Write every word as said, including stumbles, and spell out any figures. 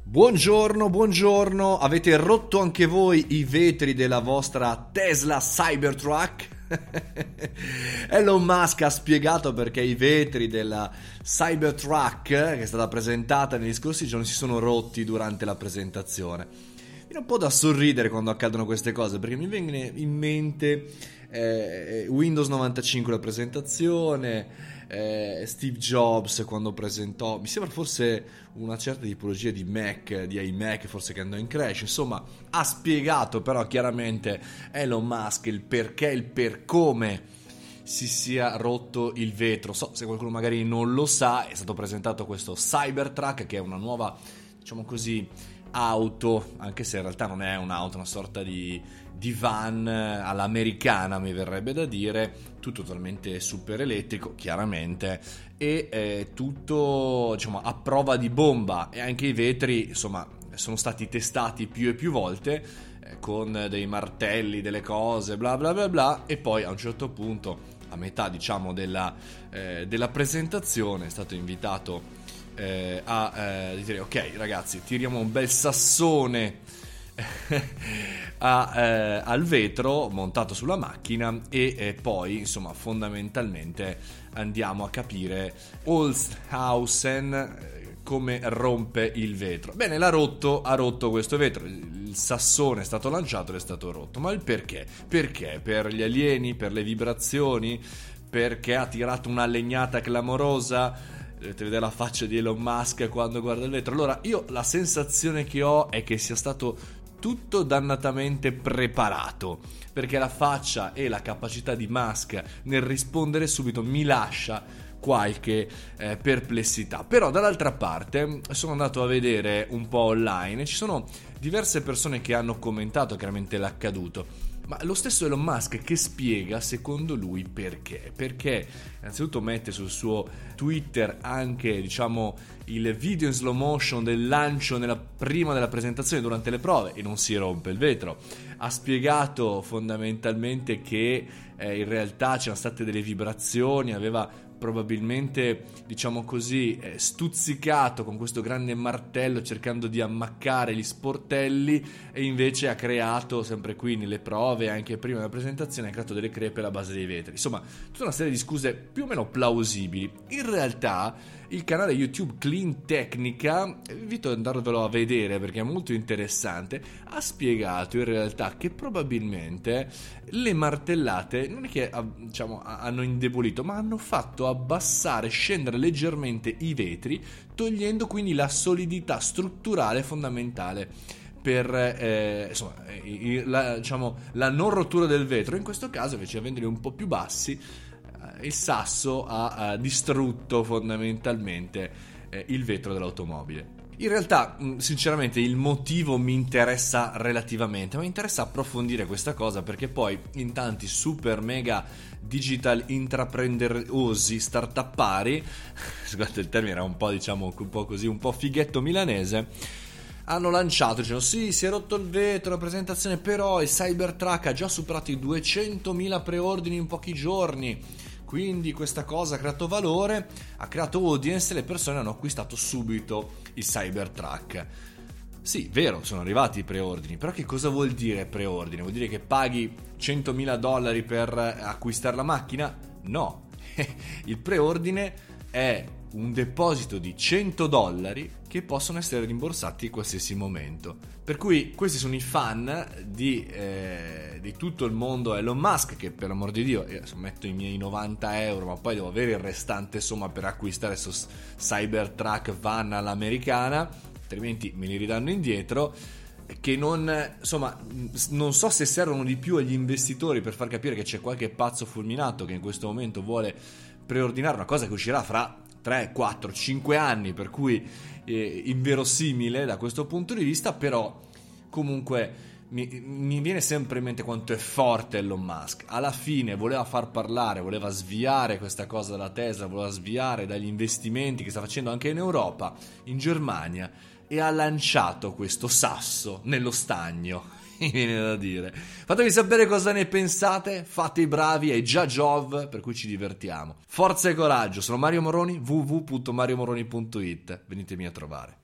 Buongiorno, buongiorno, avete rotto anche voi i vetri della vostra Tesla Cybertruck? Elon Musk ha spiegato perché i vetri della Cybertruck, che è stata presentata negli scorsi giorni, si sono rotti durante la presentazione. Viene un po' da sorridere quando accadono queste cose, perché mi viene in mente eh, Windows novantacinque la presentazione, eh, Steve Jobs quando presentò, mi sembra forse una certa tipologia di Mac, di iMac forse, che andò in crash. Insomma, ha spiegato però chiaramente Elon Musk il perché, il per come si sia rotto il vetro. So, se qualcuno magari non lo sa, è stato presentato questo Cybertruck, che è una nuova, diciamo così, auto, anche se in realtà non è un'auto, una sorta di, di van all'americana, mi verrebbe da dire, tutto totalmente super elettrico chiaramente, e eh, tutto, diciamo, a prova di bomba, e anche i vetri, insomma, sono stati testati più e più volte eh, con dei martelli, delle cose, bla bla bla bla, e poi a un certo punto, a metà, diciamo, della, eh, della presentazione, è stato invitato Eh, a eh, dire: ok ragazzi, tiriamo un bel sassone a, eh, al vetro montato sulla macchina e eh, poi, insomma, fondamentalmente andiamo a capire Holzhausen eh, come rompe il vetro. Bene, l'ha rotto, ha rotto questo vetro, il sassone è stato lanciato ed è stato rotto. Ma il perché? Perché? Per gli alieni, per le vibrazioni, perché ha tirato una legnata clamorosa? Dovete vedere la faccia di Elon Musk quando guarda il vetro. Allora, io la sensazione che ho è che sia stato tutto dannatamente preparato, perché la faccia e la capacità di Musk nel rispondere subito mi lascia qualche eh, perplessità. Però dall'altra parte sono andato a vedere un po' online e ci sono diverse persone che hanno commentato chiaramente l'accaduto. Ma lo stesso Elon Musk che spiega secondo lui perché. Perché innanzitutto mette sul suo Twitter anche, diciamo, il video in slow motion del lancio nella prima della presentazione durante le prove e non si rompe il vetro. Ha spiegato fondamentalmente che eh, in realtà c'erano state delle vibrazioni, aveva probabilmente, diciamo così, eh, stuzzicato con questo grande martello cercando di ammaccare gli sportelli, e invece ha creato, sempre qui nelle prove, anche prima della presentazione, ha creato delle crepe alla base dei vetri. Insomma, tutta una serie di scuse più o meno plausibili. In realtà il canale YouTube Clean Technica, invito ad andarvelo a vedere perché è molto interessante, ha spiegato in realtà che probabilmente le martellate non è che, diciamo, hanno indebolito, ma hanno fatto abbassare, scendere leggermente i vetri, togliendo quindi la solidità strutturale fondamentale per eh, insomma, la, diciamo, la non rottura del vetro. In questo caso, invece, avendoli un po' più bassi, il sasso ha, ha distrutto fondamentalmente eh, il vetro dell'automobile. In realtà, sinceramente, il motivo mi interessa relativamente, ma mi interessa approfondire questa cosa perché poi in tanti super mega digital intraprenderosi startuppari, scusate il termine era un po', diciamo, un po' così, un po' fighetto milanese, hanno lanciato, dicendo sì, si è rotto il vetro, la presentazione, però il Cybertruck ha già superato i duecentomila preordini in pochi giorni, quindi questa cosa ha creato valore, ha creato audience e le persone hanno acquistato subito il Cybertruck. Sì, vero, sono arrivati i preordini, però che cosa vuol dire preordine? Vuol dire che paghi centomila dollari per acquistare la macchina? No, il preordine è un deposito di cento dollari che possono essere rimborsati in qualsiasi momento. Per cui questi sono i fan di, eh, di tutto il mondo Elon Musk, che per amor di Dio, io metto i miei novanta euro, ma poi devo avere il restante insomma per acquistare questo Cybertruck van all'americana, altrimenti me li ridanno indietro. Che non, insomma, non so se servono di più agli investitori per far capire che c'è qualche pazzo fulminato che in questo momento vuole preordinare una cosa che uscirà fra tre, quattro, cinque anni, per cui eh, inverosimile da questo punto di vista. Però comunque mi, mi viene sempre in mente quanto è forte Elon Musk. Alla fine voleva far parlare, voleva sviare questa cosa dalla Tesla, voleva sviare dagli investimenti che sta facendo anche in Europa, in Germania, e ha lanciato questo sasso nello stagno, mi viene da dire. Fatemi sapere cosa ne pensate, fate i bravi, è già Giove, per cui ci divertiamo. Forza e coraggio, sono Mario Moroni, w w w punto mario moroni punto it, venitemi a trovare.